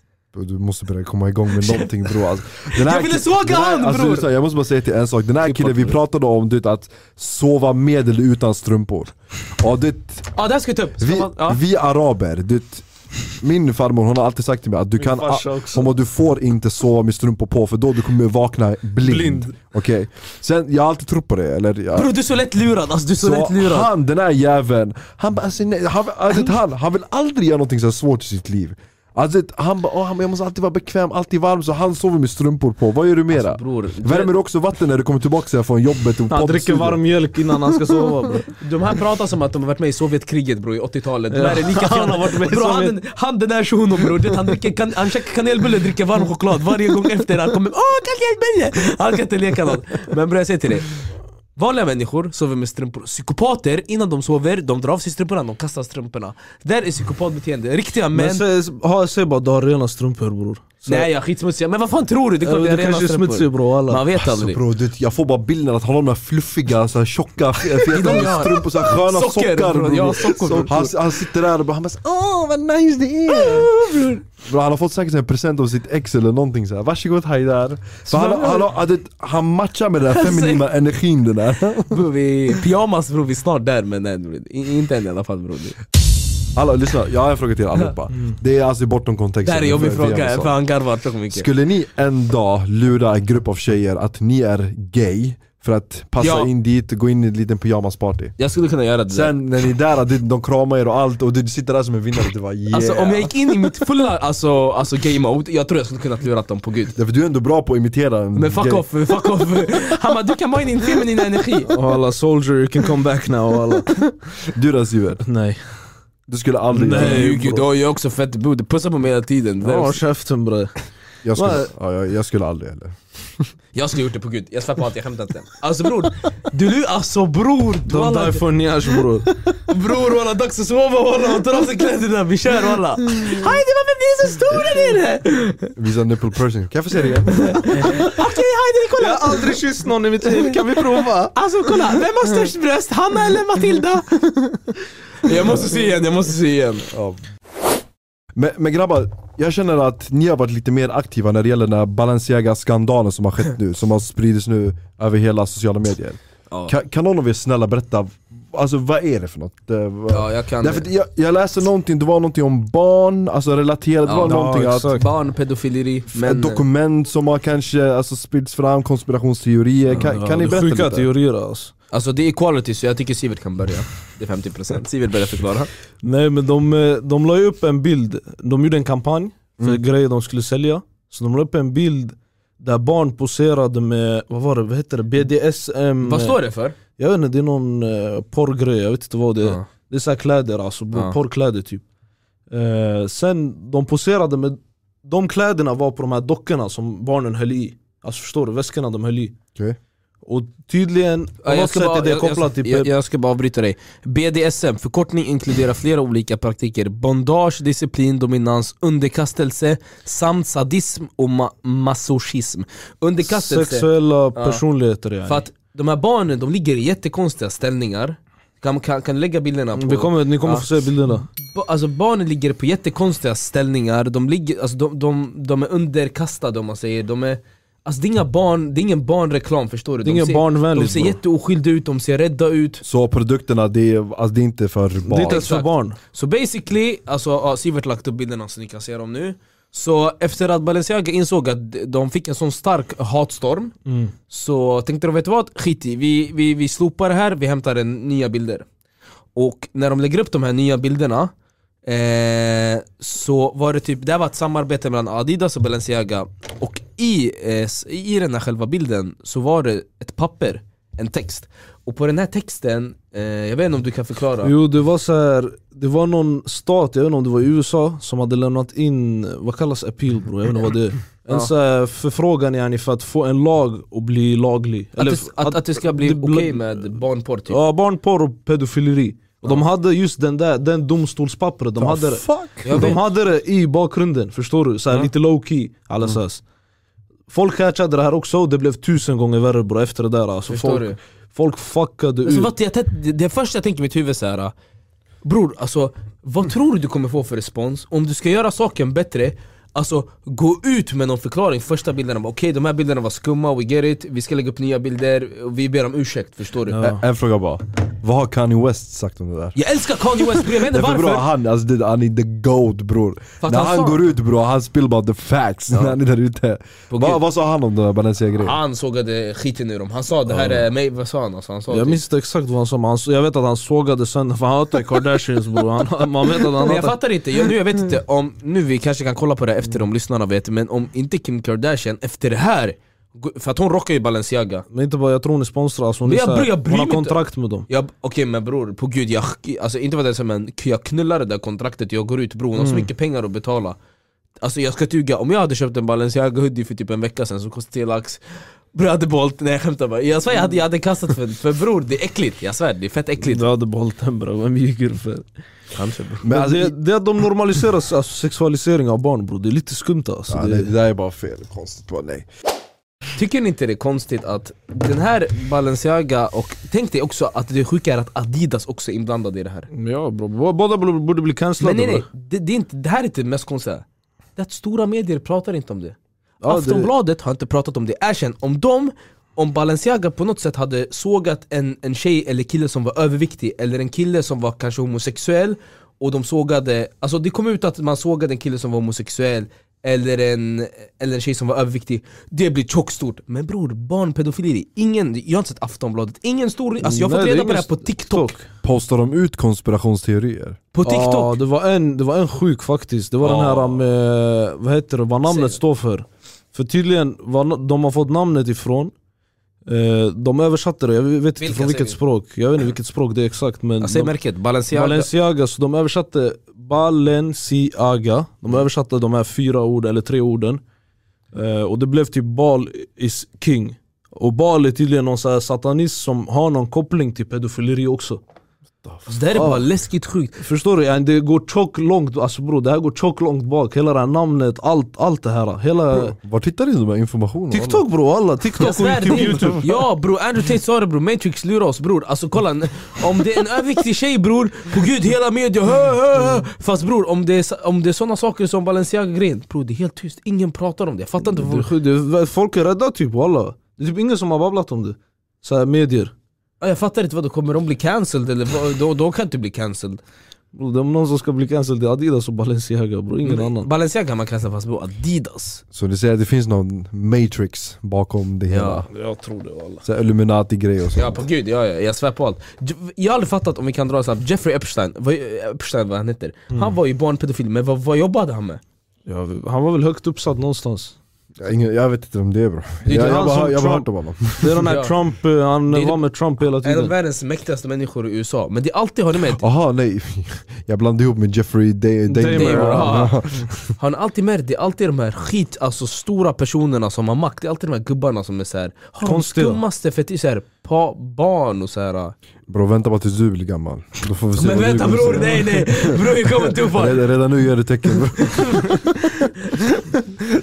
Du måste börja komma igång med någonting bro alltså, den Jag ville såga den här- han, alltså, bror. så här, jag måste bara säga till en sak. Den här Typ killen, vi bort, pratade om du vet, att sova med eller utan strumpor. Ja, det, Ja, det här ska vi ta upp. Ska vi, man, ja. vi araber, det, min farmor hon har alltid sagt till mig att du kan, farsa a- också. om att du får inte sova med strumpor på för då du kommer vakna blind, Blind. Okej, sen jag har alltid trott på det eller, jag, Bro, du är så lätt lurad, alltså du är så, så lätt lurad. han, den här jäveln, han, bara, alltså, nej, han, alltså, han, han vill aldrig göra någonting så här svårt i sitt liv. Alltså, han bara, åh, jag måste alltid vara bekväm, alltid varm, så han sover med strumpor på. Vad gör du mera? Alltså, bror, Värmer du också vatten när du kommer tillbaka så här från jobbet? Och Han dricker poddstudion? varm mjölk innan han ska sova bro. De här pratar som att de har varit med i Sovjetkriget bro, i åttiotalet. De Ja. här är lika Han har varit med i bro, han, Sovjet. han den där shunon bror, det, han, dricker, kan, han käkar kanelbulle, dricker varm choklad varje gång efter han kommer. Åh, kanelbulle! Han kan inte leka något. Men bror, jag säger till dig, vanliga människor sover med strumpor. Psykopater, innan de sover, de drar av sig strumporna, de kastar strumporna. Det där är psykopatbeteende. Riktiga män. Men säg, ha, säg bara du har rena strumpor bror. Så- Nej, jag är skitsmutsig. Men vad fan tror du? Det är Ja, klart du jag har kanske är rena strumpor. smutsig bro alla. Man vet Alltså aldrig. bro, det, jag får bara bilden att han har de här fluffiga, så här, tjocka, f- De feta gör- strumpor, så här, sköna Socker, sockar bro. bro. Ja, sockor, bro. han, han sitter där och bara, han bara åh vad nice det är. Bro, han har fått säkert en present av sitt ex eller någonting så här. Varsågod Haidar. För han, han, han, han, han matchar med den här feminina energin den där. Bro, vi, pyjamas bro, vi är snart där men nej, bro. I- inte än i alla fall bro. Alla, lyssna, jag har en fråga till er allihopa. Det är alltså bortom Det kontexten. här är jobbig för- för fråga, Jansson. för han garvar så mycket. Skulle ni en dag lura en grupp av tjejer att ni är gay för att passa Ja. in dit och gå in i en liten pyjamasparty? Jag skulle kunna göra det där. Sen när ni är där, de, de kramar er och allt och du sitter där som en vinnare, det var yeah. Alltså om jag gick in i mitt fulla alltså, alltså gay mode, jag tror jag skulle kunna lura dem på gud. Därför du är ändå bra på att imitera en Men fuck gay. off, fuck off. Han bara, du kan bara in din feminina energi. Och alla soldier, you can come back now alla. Du då Siver, Nej. du skulle aldrig Nej, göra det. Nej gud, du är också fett bro, du pussar på mig hela tiden. Det där- Ja käften bre. jag, skulle, Vad? ja, jag, jag skulle aldrig heller. Jag skulle gjort det på gud, jag svär på allt, jag skämtar inte. Alltså bror, du lu, alltså bror du Don't alla, die for nyash bror. bror walla, dags att sova walla, man tar av sig kläderna, vi kör walla. Heidi varför blir det så stor där nere? Visa nipple pursing, kan jag få se det igen? Okej Heidi, kolla. Jag har aldrig kysst någon i mitt liv, kan vi prova? Alltså kolla, vem har störst bröst? Hanna eller Matilda? Jag måste se igen, jag måste se igen. Ja. Men, men grabbar, jag känner att ni har varit lite mer aktiva när det gäller den här Balenciaga-skandalen som har skett nu, som har spridits nu över hela sociala medier. Ja, Kan, kan någon av er snälla berätta, alltså vad är det för något? Det, vad... ja jag kan Därför att jag, jag läste någonting, det var någonting om barn, alltså relaterat, det Ja, var ja, någonting att exakt. barn, pedofileri, ett men dokument som har kanske alltså, spridits fram, konspirationsteorier, kan, Ja, kan ni det är berätta sjuka lite? teorier alltså. alltså det är equality så jag tycker Sivert kan börja. Det är femtio procent, Sivert börjar förklara. Nej men de, eh, de la ju upp en bild, de gjorde en kampanj för Mm. grejer de skulle sälja. Så de la upp en bild där barn poserade med, vad var det, vad heter det, B D S M. Vad står det för? Jag vet inte, det är någon eh, porrgrej, jag vet inte vad det är. Ja. Det är så här kläder alltså, Ja. porrkläder typ. eh, Sen de poserade med, de kläderna var på de här dockorna som barnen höll i. Alltså förstår du, väskorna de höll i. Okej. Och tydligen, på Ja, jag något ska sätt bara- är det jag- kopplat jag, till jag, jag ska bara avbryta dig. B D S M, förkortning inkluderar flera olika praktiker. Bondage, disciplin, dominans, underkastelse samt sadism och ma- masochism. Underkastelse, sexuella personligheter yani. för att de här barnen, de ligger i jättekonstiga ställningar. Kan, kan, kan lägga bilderna på... Vi kommer, ni kommer ja. få se bilderna. Ba, alltså barnen ligger på jättekonstiga ställningar. De, ligger, alltså de, de, de är underkastade om man säger. De är, alltså det är inga barn, det är ingen barnreklam, förstår du? Det är ingen ser, barnvänligt, de ser bro. jätteoskyldiga ut, de ser rädda ut. Så produkterna, det är, alltså, det är inte för barn. Det är inte ens för Exakt. barn. Så basically, alltså ja, Sivert lagt upp bilderna så ni kan se dem nu. Så efter att Balenciaga insåg att de fick en sån stark hatstorm, Mm. så tänkte de, vet du vad? Skit i, vi, vi, vi slopar det här, vi hämtar en nya bilder. Och när de lägger upp de här nya bilderna eh, så var det typ, det var ett samarbete mellan Adidas och Balenciaga. Och i, eh, i den här själva bilden så var det ett papper, en text. Och på den här texten, eh, jag vet inte om du kan förklara. Jo, det var så här, det var någon stat, jag vet inte om det var i U S A, som hade lämnat in, vad kallas appeal bro, jag vet inte vad det är. En Ja. så här förfrågan yani för att få en lag att bli laglig. Att, det, att, att det ska bli det- okej okay med barnporr typ. Ja, barnporr och pedofileri. Och de hade just den där, den domstolspappret, de hade det. fuck? Jag De vet. hade det i bakgrunden, förstår du? Så här, Ja. lite low key, alla mm. Folk catchade det här också och det blev tusen gånger värre bro efter det där alltså. Förstår folk, du? folk fuckade Alltså, ut. vad, jag, det, det första jag tänker i mitt huvud så här. Bror, alltså, vad tror du du kommer få för respons? Om du ska göra saken bättre, alltså gå ut med någon förklaring. Första bilderna, okej okay, de här bilderna var skumma, we get it. Vi ska lägga upp nya bilder och vi ber om ursäkt, förstår du? Ja. En, en fråga bara, vad har Kanye West sagt om det där? Jag älskar Kanye West, bror, jag vet Det inte är för varför. bra, han, alltså, det, han är the goat bror. För att När han han sa- går ut bror, han spill bara the facts när han är där ute. På Va, Gud. vad sa han om den där Balenciaga-grejen? Han sågade skiten ur dem, han sa det här är mig, vad sa han? Alltså, han sa Jag typ- minns inte exakt vad han sa, men han, jag vet att han sågade sönder, för han hatar Kardashians bror. Han, man vet att han Men jag hatar... fattar inte, jag, nu jag vet inte om, nu vi kanske kan kolla på det efter om lyssnarna vet, men om inte Kim Kardashian efter det här, för att hon rockar ju Balenciaga. Men inte bara, jag tror hon är sponsrad, alltså hon, Men är jag så här, bryr- jag bryr hon har mig inte. kontrakt med dem. Ja, okej okay, men bror, på gud, jag, alltså inte vad det är som en, jag knullar det där kontraktet, jag går ut bror, hon har så mycket pengar att betala. Alltså jag ska tuga, om jag hade köpt en Balenciaga hoodie för typ en vecka sedan som kostade tio lax, bror jag hade bolt, nej jag skämtar bara. Jag svär jag hade, jag hade kastat för, för bror det är äckligt, jag svär det är fett äckligt. Du hade behållit den bro, vem ljuger för? Kanske bror. Men Men alltså, det, det är att de normaliserar alltså, sexualisering av barn bro, det är lite skumt alltså. ja, det, nej, det där är bara fel, konstigt bara, nej. Tycker ni inte det är konstigt att den här Balenciaga, och tänk dig också att det sjuka är att Adidas också är inblandade i det här. Ja bro, båda borde, borde bli cancellade. Men nej nej, bro. det, det, är inte, det här är inte det mest konstiga. Det är att stora medier pratar inte om det. Ja, det- Aftonbladet har inte pratat om det. Erkänn, om de, om Balenciaga på något sätt hade sågat en, en tjej eller kille som var överviktig, eller en kille som var kanske homosexuell, och de sågade, alltså det kom ut att man sågade en kille som var homosexuell eller en, eller en tjej som var överviktig, det blir tjockstort. Men bror, barnpedofileri, ingen, jag har inte sett Aftonbladet, ingen stor, alltså jag har Nej, fått det är reda på det ingen här på TikTok. Postar de ut konspirationsteorier? På TikTok. Ja, det var en, det var en sjuk faktiskt. Det var Ja. den här med, vad heter det, vad namnet Säg. står för. För tydligen, vad de har fått namnet ifrån, eh, de översatte det, jag vet inte Vilka från vilket säger vi? språk. Jag vet inte vilket språk det är exakt, men Jag säger de, märket, Balenciaga. Balenciaga, så de översatte Balenciaga. De översatte de här fyra orden, eller tre orden. Eh, och det blev typ Bal is king. Och Bal är tydligen någon så här satanist som har någon koppling till pedofileri också. Alltså, det här är bara läskigt sjukt. Förstår du? Yani det går tjock långt, alltså bro, det här går tjock långt bak. Hela det här namnet, allt, allt det här. Hela Var tittar du de här informationen? TikTok bro, alla TikTok Jag och svär YouTube, det. YouTube. Ja bror, Andrew Tate sa det bror, Matrix lurar oss bror. Alltså kolla, om det är en överviktig tjej bror, på gud hela media hö, hö, hö. Fast bror, om det är, om det är såna saker som Balenciaga-grejen, bror det är helt tyst, ingen pratar om det. Jag fattar inte Det är varför. sjukt, det är- Folk är rädda typ, alla. Det är typ ingen som har babblat om det. Så här, medier. Ja, jag fattar inte vad, då kommer de bli cancelled eller vad, då, då kan inte bli cancelled. Bro, det är någon som ska bli cancelled, det är Adidas och Balenciaga bro, ingen annan. Balenciaga kan man cancella fast bror, Adidas. Så du säger att det finns någon matrix bakom det hela? Ja. Jag tror det alla. Så här Illuminati-grej och sånt? Ja på gud, ja, ja, jag svär på allt. Je- Jag har aldrig fattat, om vi kan dra så här, Jeffrey Epstein, vad, Epstein vad han heter. Han var ju barnpedofil, men vad, vad jobbade han med? Ja, han var väl högt uppsatt någonstans. Jag, ingen, jag vet inte om det är bro. Det är Jag, inte jag, han bara, som jag har bara Trump- hört om honom. Det är den här Ja. Trump, eh, han Det är- var med Trump hela En av tiden. världens mäktigaste människor i U S A. Men det alltid har ni med, Aha nej, jag blandade ihop med Jeffrey Dahmer. Dahmer, Dahmer, ja. ja. Har ni alltid med det? Det är alltid de här skit, alltså stora personerna som har makt. Det är alltid de här gubbarna som är så här, har de Konstiga. skummaste fetis, så här, pa, barn och så här. Bro vänta bara tills du blir gammal. Då får vi se Men vad du vänta kommer bror, säga. nej nej, bror jag kommer too far. Redan, redan nu gör du tecken bro.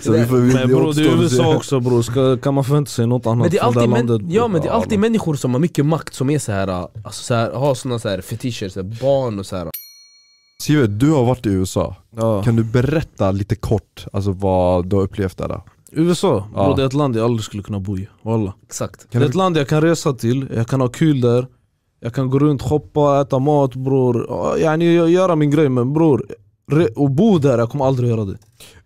Så vi får, vi, Men bro, det är U S A också bro, Ska, kan man förvänta sig något annat Men det är från alltid, det landet? men, ja men det är Ja, alltid människor som har mycket makt som är så här, alltså så här, har såna så här fetischer, så här, barn och så här. Sivet, du har varit i U S A. Ja. Kan du berätta lite kort alltså vad du har upplevt där? Då? U S A, bro, Ja. det är ett land jag aldrig skulle kunna bo i. Wallah. Exakt. Kan Det är du- ett land jag kan resa till, jag kan ha kul där. Jag kan gå runt, shoppa, äta mat bror. Ja, yani, jag göra min grej, men bror, re- och bo där, jag kommer aldrig göra det.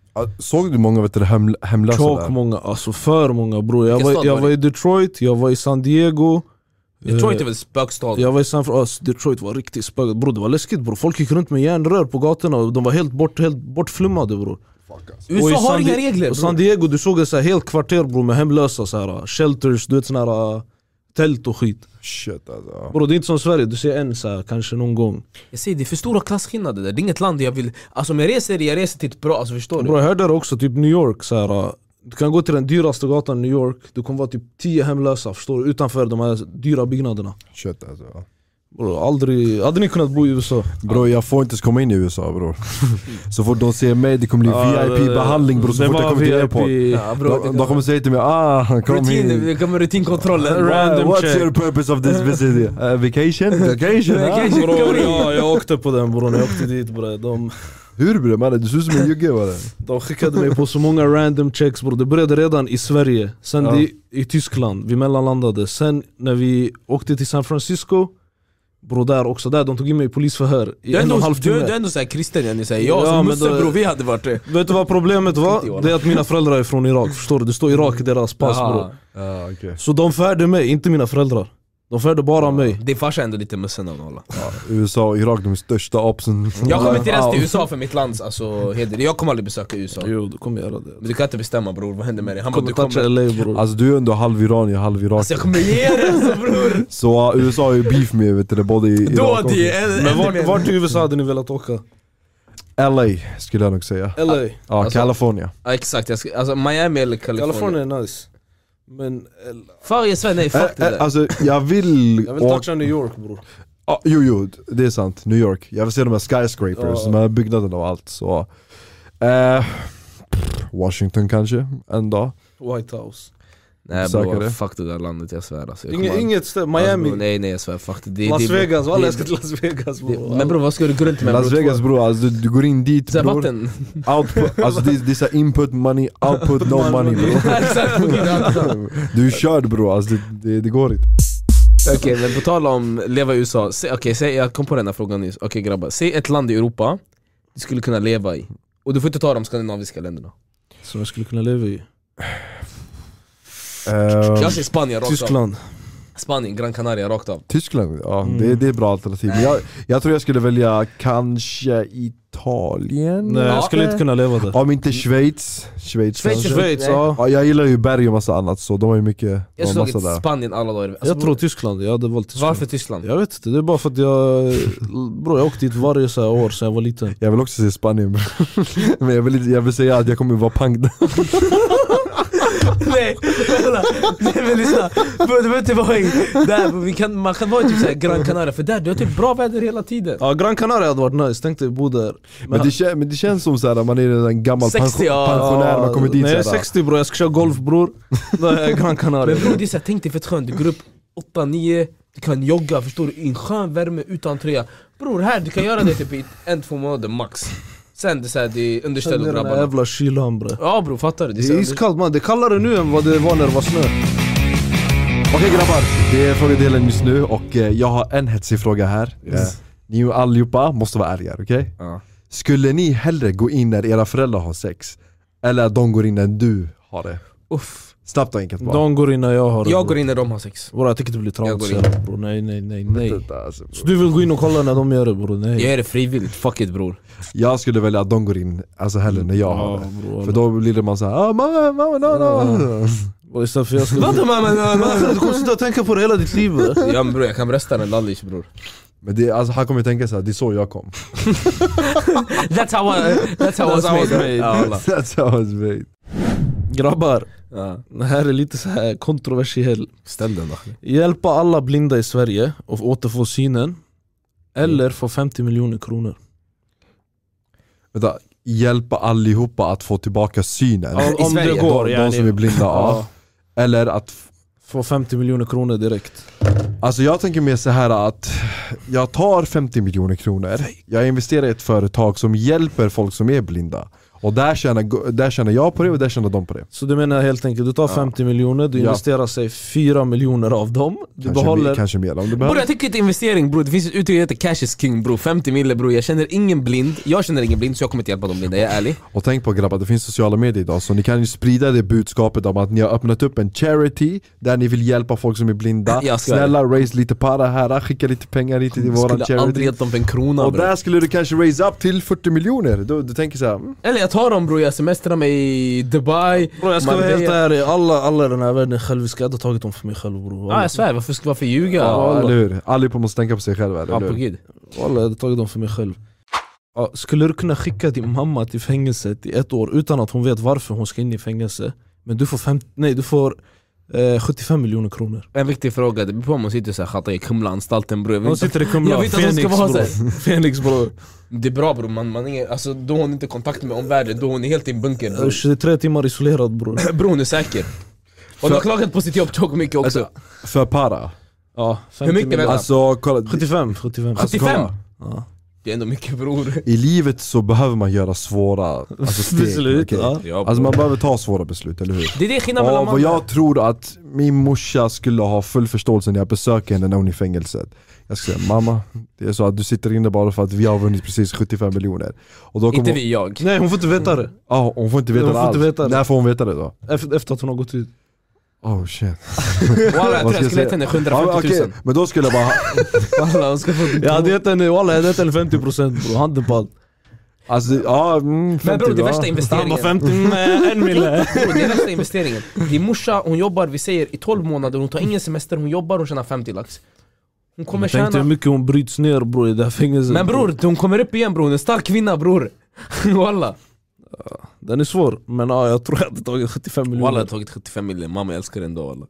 Såg du många vet du, hem, hemlösa Tjock där? många, alltså för många bror. Jag Vilken var, stad jag var var det? i Detroit, jag var i San Diego. Detroit Eh, är väl spökstad? Jag var i San Francisco, Detroit var riktigt spöket bror, det var läskigt bror. Folk gick runt med järnrör på gatorna och de var helt, bort, helt bortflummade bror. Och i U S A har San inga Di- regler och bro. San Diego, du såg ett så här helt kvarter bror med hemlösa så här, shelters, du vet såna här uh, tält och skit. Shit alltså. Bro, det är inte som Sverige, du ser en så här, kanske någon gång. Jag säger det är för stora klasskillnader där, det är inget land jag vill. Alltså om jag reser, jag reser till ett bra, alltså förstår Bro, du? jag hörde det också, typ New York så här, uh, du kan gå till den dyraste gatan i New York, du kommer vara typ tio hemlösa, förstår du, utanför de här dyra byggnaderna. Shit alltså. Bro, aldrig, hade ni kunnat bo i U S A? Bro, jag får inte ens komma in i U S A bror. Så fort de ser mig, det kommer bli V I P-behandling bror. Så Det fort jag var kommer till V I airport. P. Ja, bro, De, de kommer säga till mig, ah, kom rutin, in. det kommer rutinkontrollen. Random What's check. your purpose of this visit? Uh, vacation? Vacation? Vacation. ah? Bro, ja, jag åkte på den bror, jag åkte dit bror. De, Hur bre mannen? Du ser ut som en jugge mannen. de skickade mig på så många random checks bror. Det började redan i Sverige, sen Ja. det, i Tyskland, vi mellanlandade. Sen när vi åkte till San Francisco, bro, där också, där de tog in mig i polisförhör i Du är en och en ändå, halv du, timme. du är ändå såhär kristen, jag säger. Jag Ja, som men Musse då- bror, vi hade varit det. Vet du vad problemet Skit i var? honom. Det är att mina föräldrar är från Irak, förstår du? Det står Irak i deras pass Aha. bror. Ja, okej. Så de färde mig, inte mina föräldrar. De färde bara mig. Din farsa är ändå lite mussen av alla. U S A och Irak, de största opsen. Jag kommer inte ens till U S A för mitt lands alltså, heder. Jag kommer aldrig besöka U S A. Jo, du kommer göra det. Men du kan inte bestämma bror, vad händer med dig? Han bara, Kommer du toucha kommer... L A bror. Alltså du är ändå halv iranier, halv irak. Alltså jag kommer ge dig alltså bror! Så uh, U S A har ju beef med vet du, både i Irak Då och det är ännu Men vart, mer. vart i U S A hade ni velat åka? L A skulle jag nog säga. L A? Ja, Alltså- California. Ja, exakt, jag ska, alltså Miami eller Kalifornien. Kalifornien är nice. Men L- Fan jag svär, nej fuck det Ä- ä- där. Alltså jag vill... jag vill åka- toucha New York bror. ah, jo jo, det är sant. New York. Jag vill se de här skyscrapers, Ja. de här byggnaderna och allt. Så. Eh, Washington kanske, en dag. White House. Nej besöka bror, det. fuck det där landet, jag svär alltså. Jag Inge, kommer- inget ställe, Alltså, Miami. bror, nej nej jag svär, fuck det, det Las det- Vegas, det- alla jag ska till Las Vegas det- bror. Men bror vad ska du gå runt med? Las bror? Vegas bror, alltså, du, du går in dit Såhär bror. vatten. Output, alltså det, är- det är såhär input money, output no money bror. Exakt, okej Du är körd bror, alltså det, det, det går inte. men på tal om leva i U S A, Sä- okej säg, jag kom på den här frågan nyss. Okej grabbar, säg ett land i Europa du skulle kunna leva i. Och du får inte ta de skandinaviska länderna. Som jag skulle kunna leva i. Eh, Jag säger Spanien rakt av. Tyskland. Spanien, Gran Canaria rakt av. Tyskland, ja Mm. det, det är ett bra alternativ. Men jag, jag tror jag skulle välja kanske Italien? Nej Ja. jag skulle inte kunna leva där. Om inte Schweiz. Schweiz, Schweiz kanske. är Schweiz, Nej. ja. Ja, jag gillar ju berg och massa annat så de har ju mycket, de Jag har såg massa ett där. Spanien alla dagar. Alltså, Jag tror Tyskland, jag hade valt Tyskland. varför Tyskland? Jag vet inte, det är bara för att jag bro, jag åkte dit varje så här år sedan jag var liten. Jag vill också se Spanien men jag vill, inte- jag vill säga att jag kommer vara pang där. Nej, kolla. Nej men lyssna, Bro, du behöver inte vara i där, bro. vi kan, man kan vara i typ såhär Gran Canaria, för där du har typ bra väder hela tiden. Ja, Gran Canaria hade varit nice, tänkte bo där. Men det, kän, men det känns som såhär, man är en gammal sextio, pension, ja. pensionär, man kommer dit När jag är såhär. sextio bror, jag ska köra golf bror. Då är jag Gran Canaria. Men bror det är såhär, tänk dig fett skönt, du går upp åtta nio, du kan jogga förstår du, i en skön värme utan tröja. Bror här, du kan göra det typ i en, två månader max. Sen det är såhär, det är understöd Sen och är den där grabbarna. jävla kylan bre. Ja bror, fattar du? Det är såhär- iskallt man, det är kallare nu än vad det var när det var snö. Okej grabbar, det är frågadelen just nu och eh, jag har en hetsig fråga här. Yes. Eh, Ni allihopa måste vara ärliga, okej? Ja. Skulle ni hellre gå in när era föräldrar har sex? Eller att de går in när du har det? Uff. Snabbt och enkelt bara. De går in när jag har det. Jag bror. går in när de har sex. Bror jag tycker det blir Jag går tragiskt bror, nej nej nej nej. Vänta, alltså, bro. Så du vill gå in och kolla när de gör det bror, nej. Jag är det frivilligt, fuck it bror. Jag skulle välja att de går in, alltså hellre när jag har Ja, det. bror, För då blir det man såhär, ah, mamma, mamma, no, no. Och istället för jag ska... Vadå mamma? Men du kommer sitta och tänka på det hela ditt liv bre. Ja men bror, jag kan brösta den lallish bror. Men det, alltså, han kommer ju tänka såhär, det är så jag kom. That's how I, that's how I was That's how I was made. made. Ja, alla. That's how I was made. Grabbar, Ja. det här är lite så här kontroversiell. Ställ den då. Hjälpa alla blinda i Sverige och återfå synen. Eller få femtio miljoner kronor. Vänta, hjälpa allihopa att få tillbaka synen. Om, om Sverige, det går, de, ja, de som är blinda. Ja. Eller att få femtio miljoner kronor direkt. Alltså jag tänker mer så här att jag tar femtio miljoner kronor, jag investerar i ett företag som hjälper folk som är blinda. Och där tjänar, där tjänar jag på det och där tjänar de på det. Så du menar helt enkelt, du tar ja. femtio miljoner, du ja. investerar sig fyra miljoner av dem. Du kanske, behåller... mer, kanske mer om du behöver. Bro, jag tycker inte investering bro, det finns ett uttryck som heter cash is king bro, femtio mille bro. Jag känner ingen blind, jag känner ingen blind så jag kommer inte hjälpa dem blinda, jag är ärlig. Och tänk på grabbar, det finns sociala medier idag så ni kan ju sprida det budskapet om att ni har öppnat upp en charity där ni vill hjälpa folk som är blinda. Snälla, raise lite para här, skicka lite pengar hit till våran charity. Skulle aldrig gett dem för en krona och bro. där skulle du kanske raise up till fyrtio miljoner. Du, du tänker så här. Mm. Eller jag tar dem bro, jag semestrar mig i Dubai. Bro, jag ska vara helt ärlig, alla, alla i den här världen själviska, jag hade tagit dem för mig själv bro. Ja, jag svär, varför ska varför ljuga? Ja, eller hur? Allihopa måste tänka på sig själv, eller ja, hur? På gud. Alla, jag hade tagit dem för mig själv. Ja, skulle du kunna skicka din mamma till fängelset i ett år utan att hon vet varför hon ska in i fängelse? Men du får, fem, nej, du får eh, sjuttiofem miljoner kronor. En viktig fråga, det beror på om hon sitter så här chatta i Kumla-anstalten bro. Hon sitter i Kumla, jag vet att Phoenix, hon ska vara bro. så Phoenix bro. Det är bra bro, man, man är, alltså, då har hon inte kontakt med omvärlden, då hon är helt i en bunker bro. tjugotre timmar isolerad bro. Bro, hon är säker. Och du har klagat på sitt jobb tjock mycket också. Alltså, för para? Ja, hur mycket? Alltså, kolla, sjuttiofem, sjuttiofem. sjuttiofem? Alltså, ja. Det är ändå mycket bror. I livet så behöver man göra svåra alltså, steg, beslut. okay? Ja. Alltså man behöver ta svåra beslut, eller hur? Det är det skillnaden mellan vad jag tror att min morsa skulle ha full förståelse när jag besöker henne när hon är i fängelset. Jag ska säga, mamma, det är så att du sitter inne bara för att vi har vunnit precis sjuttiofem miljoner. Och då inte hon... vi, jag. Nej, hon får inte veta det. Ja, ah, hon får inte veta hon det får alls. Inte veta det. När får hon veta det då? Efter, efter att hon har gått ut. Oh shit. Walla, jag tror jag skulle gett henne sjuhundrafemtio tusen. Okay, men då skulle jag bara... Walla, hon ska få... Jag hade gett henne, walla, jag hade gett henne femtio procent bro, handen på allt. Alltså, ja, mm, femtio, men bro, det är ja. värsta investeringen. femtio, en mille. Bro, det är värsta investeringen. Din morsa, hon jobbar, vi säger, i tolv månader, hon tar ingen semester, hon jobbar, hon tjänar femtio lax. Hon kommer tjäna... Tänkte hur mycket hon bryts ner bro i det här fängelset. Men bror, hon kommer upp igen bro, hon är en stark kvinna bror. Walla. Den är svår, men ja, jag tror jag hade tagit sjuttiofem miljoner. Walla, jag hade tagit sjuttiofem miljoner, mamma älskar den då walla.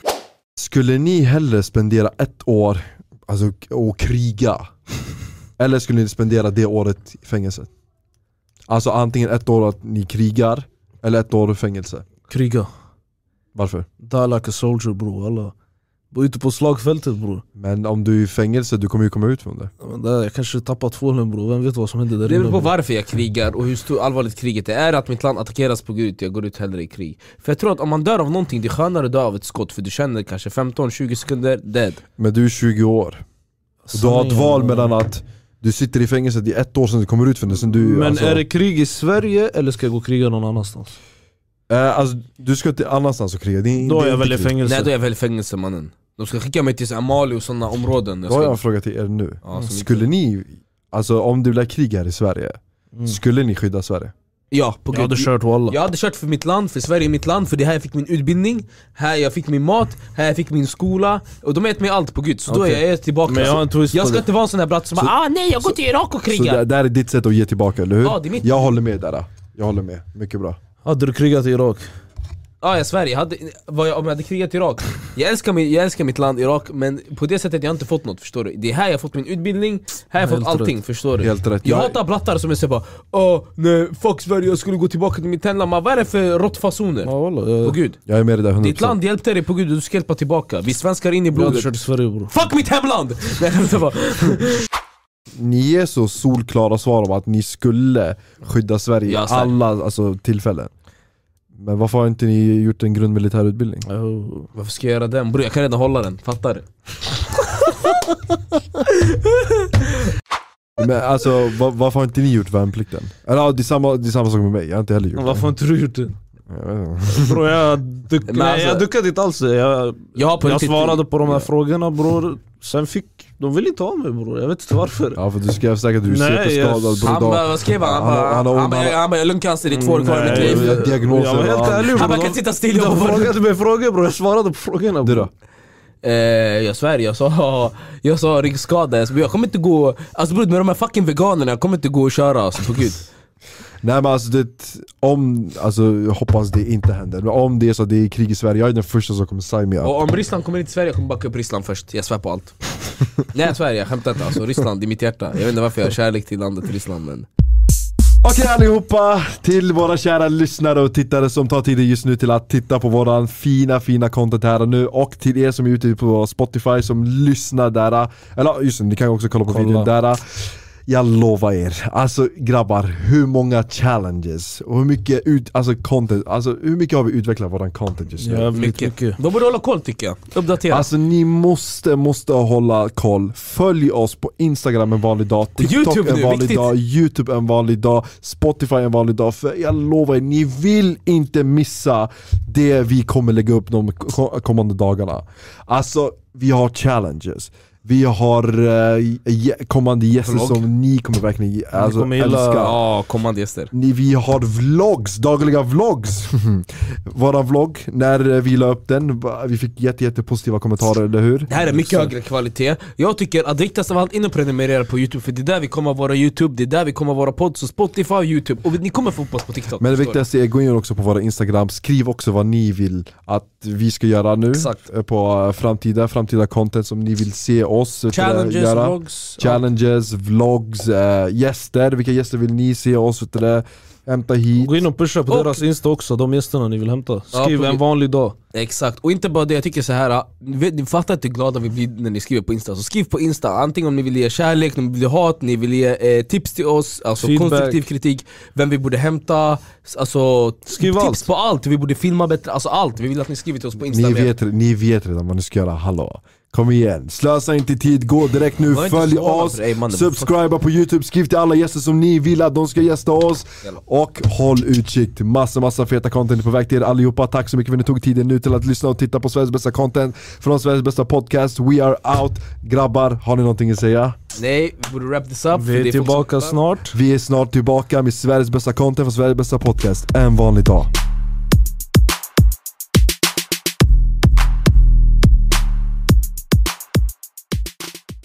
Skulle ni hellre spendera ett år alltså, och kriga? Eller skulle ni spendera det året i fängelset? Alltså antingen ett år att ni krigar eller ett år i fängelse. Kriga. Varför? Die like a soldier bro, alla. Ute på slagfältet bror. Men om du är i fängelse, du kommer ju komma ut från det. Men där, jag kanske tappat tvålen bror, vem vet vad som händer där inne. Det beror på bro. varför jag krigar och hur stort allvarligt kriget är. Är att mitt land attackeras på Gud, jag går ut hellre i krig. För jag tror att om man dör av någonting, det är skönare att dö av ett skott. För du känner kanske femton till tjugo sekunder, dead. Men du är tjugo år. Och du har ett val mellan att du sitter i fängelset i ett år sedan du kommer ut från det. Sen du, men alltså, är det krig i Sverige eller ska jag gå och kriga någon annanstans? Eh, alltså, du ska till annanstans och kriga. Det är, då det är jag väl i fängelse. Nej, då är jag väl i fängelse mannen. De ska skicka mig till Amali och sådana områden. Jag ska... Då har jag en fråga till er nu. Ja, skulle ni, alltså om det blir krig här i Sverige, mm. skulle ni skydda Sverige? Ja, på jag hade kört walla. Jag hade kört för mitt land, för Sverige är mitt land. För det här jag fick min utbildning, här jag fick min mat, här jag fick min skola. Och de har gett mig allt på Gud, så okay. Då är jag tillbaka. Men jag, har en twist jag ska det. inte vara en sån här bratt som så... bara ah nej, jag går till Irak och krigar. Så det där är ditt sätt att ge tillbaka, eller hur? Ja, det är mitt... Jag håller med där. Jag håller med, mycket bra. Hade du krigat i Irak? Ja, jag Sverige, hade, vad jag, om jag hade krigat i Irak. Jag älskar, mig, jag älskar mitt land Irak, men på det sättet jag har inte fått något, förstår du? Det är här jag har fått min utbildning, här jag har fått allting, rätt. Förstår du? Helt rätt. Jag hatar blattar som är så bara åh nej, fuck Sverige, jag skulle gå tillbaka till mitt hemland. Vad är det för råttfasoner? Ja, wallah, jag... På Gud. Jag är med i det där hundra procent. Ditt land hjälpte dig på Gud och du ska hjälpa tillbaka. Vi svenskar in i blodet. Jag kört i Sverige bro. Fuck mitt hemland! Nej, det var... Ni ger så solklara svar om att ni skulle skydda Sverige i alla alltså, tillfällen. Men varför har inte ni gjort en grundmilitärutbildning? Oh. Varför ska jag göra den? Bro, jag kan redan hålla den, fattar du? Men alltså, var, varför har inte ni gjort värnplikten? Eller ja, det är samma, det är samma sak med mig, jag har inte heller gjort det. Varför har inte du gjort det? Bro, jag, duck, nej, alltså, jag duckade inte alls. Jag, jag, jag svarade på de här ja. frågorna bror. Sen fick, de vill inte ha mig bror, jag vet inte varför. Ja, för du skrev säkert att du är superskadad bror. Han bara, vad skrev han? Han bara, han, han, han, han, han bara, jag lungcancer i två år kvar i mitt liv. Jag, diagnoser, jag var helt ärlig bror. Han bara, kan sitta still. Jag frågade mig frågor bror, jag svarade på frågorna bror. Du då? Eh, jag svär, jag sa, jag sa ryggskada. Jag kommer inte gå, alltså bror med de här fucking veganerna, jag kommer inte gå och köra alltså, på Gud. Nej men alltså det, om, alltså jag hoppas det inte händer. Men om det är så att det är krig i Sverige, jag är den första som kommer signa mig upp. Och om Ryssland kommer in till Sverige, jag kommer backa upp Ryssland först. Jag svär på allt. Nej jag svär, jag skämtar inte alltså, Ryssland, det är mitt hjärta. Jag vet inte varför jag har kärlek till landet Ryssland men Okej allihopa, till våra kära lyssnare och tittare som tar tiden just nu till att titta på våran fina, fina content här och nu. Och till er som är ute på Spotify som lyssnar där. Eller just nu, ni kan också kolla på kolla. videon där. Jag lovar er, alltså grabbar, hur många challenges och hur mycket ut, alltså content, alltså hur mycket har vi utvecklat våran content just nu? Ja, mycket. mycket. De borde hålla koll tycker jag, uppdatera. Alltså ni måste, måste hålla koll. Följ oss på Instagram en vanlig dag, TikTok YouTube en nu, vanlig viktigt. dag, YouTube en vanlig dag, Spotify en vanlig dag. För jag lovar er, ni vill inte missa det vi kommer lägga upp de kommande dagarna. Alltså vi har challenges. Vi har uh, kommande gäster Vlogg. som ni kommer verkligen alltså, kommer gilla. älska. Ja, kommande gäster. Ni, vi har vlogs, dagliga vlogs. Våran vlogg, när vi la upp den, vi fick jätte, jätte positiva kommentarer, eller hur? Det här är mycket högre kvalitet. Jag tycker att viktigast av allt, in och prenumerera på YouTube. För det är där vi kommer vara YouTube, det är där vi kommer vara podd. Så Spotify, YouTube, och ni kommer få oss på TikTok. Men det viktigaste är, gå in också på våra Instagram. Skriv också vad ni vill att vi ska göra nu. Exakt. På framtida, framtida content som ni vill se oss Challenges, göra. vlogs. Challenges, vlogs, äh, gäster. Vilka gäster vill ni se oss det, hämta hit? Gå in och pusha på Och- deras Insta också, de gästerna ni vill hämta. Skriv på- en vanlig dag. Exakt, och inte bara det, jag tycker så här. Ni vet- ni fattar inte hur glada vi blir när ni skriver på Insta. Så skriv på Insta, antingen om ni vill ge kärlek, om ni vill ge hat, ni vill ge eh, tips till oss, alltså Feedback. konstruktiv kritik, vem vi borde hämta, alltså Skriv tips allt. på allt, vi borde filma bättre, alltså allt. Vi vill att ni skriver till oss på Insta. Ni mer. vet, ni vet redan vad ni ska göra, hallå. Kom igen, slösa inte tid, gå direkt nu, Var inte följ snåla oss, för dig, mannen. subscriba på YouTube, skriv till alla gäster som ni vill att de ska gästa oss. Och håll utkik till massa, massa feta content på väg till er allihopa. Tack så mycket för att ni tog tiden nu till att lyssna och titta på Sveriges bästa content från Sveriges bästa podcast. We are out. Grabbar, har ni någonting att säga? Nej, vi borde wrap this up. för Vi är det folk tillbaka som- snart. Vi är snart tillbaka med Sveriges bästa content från Sveriges bästa podcast. En vanlig dag.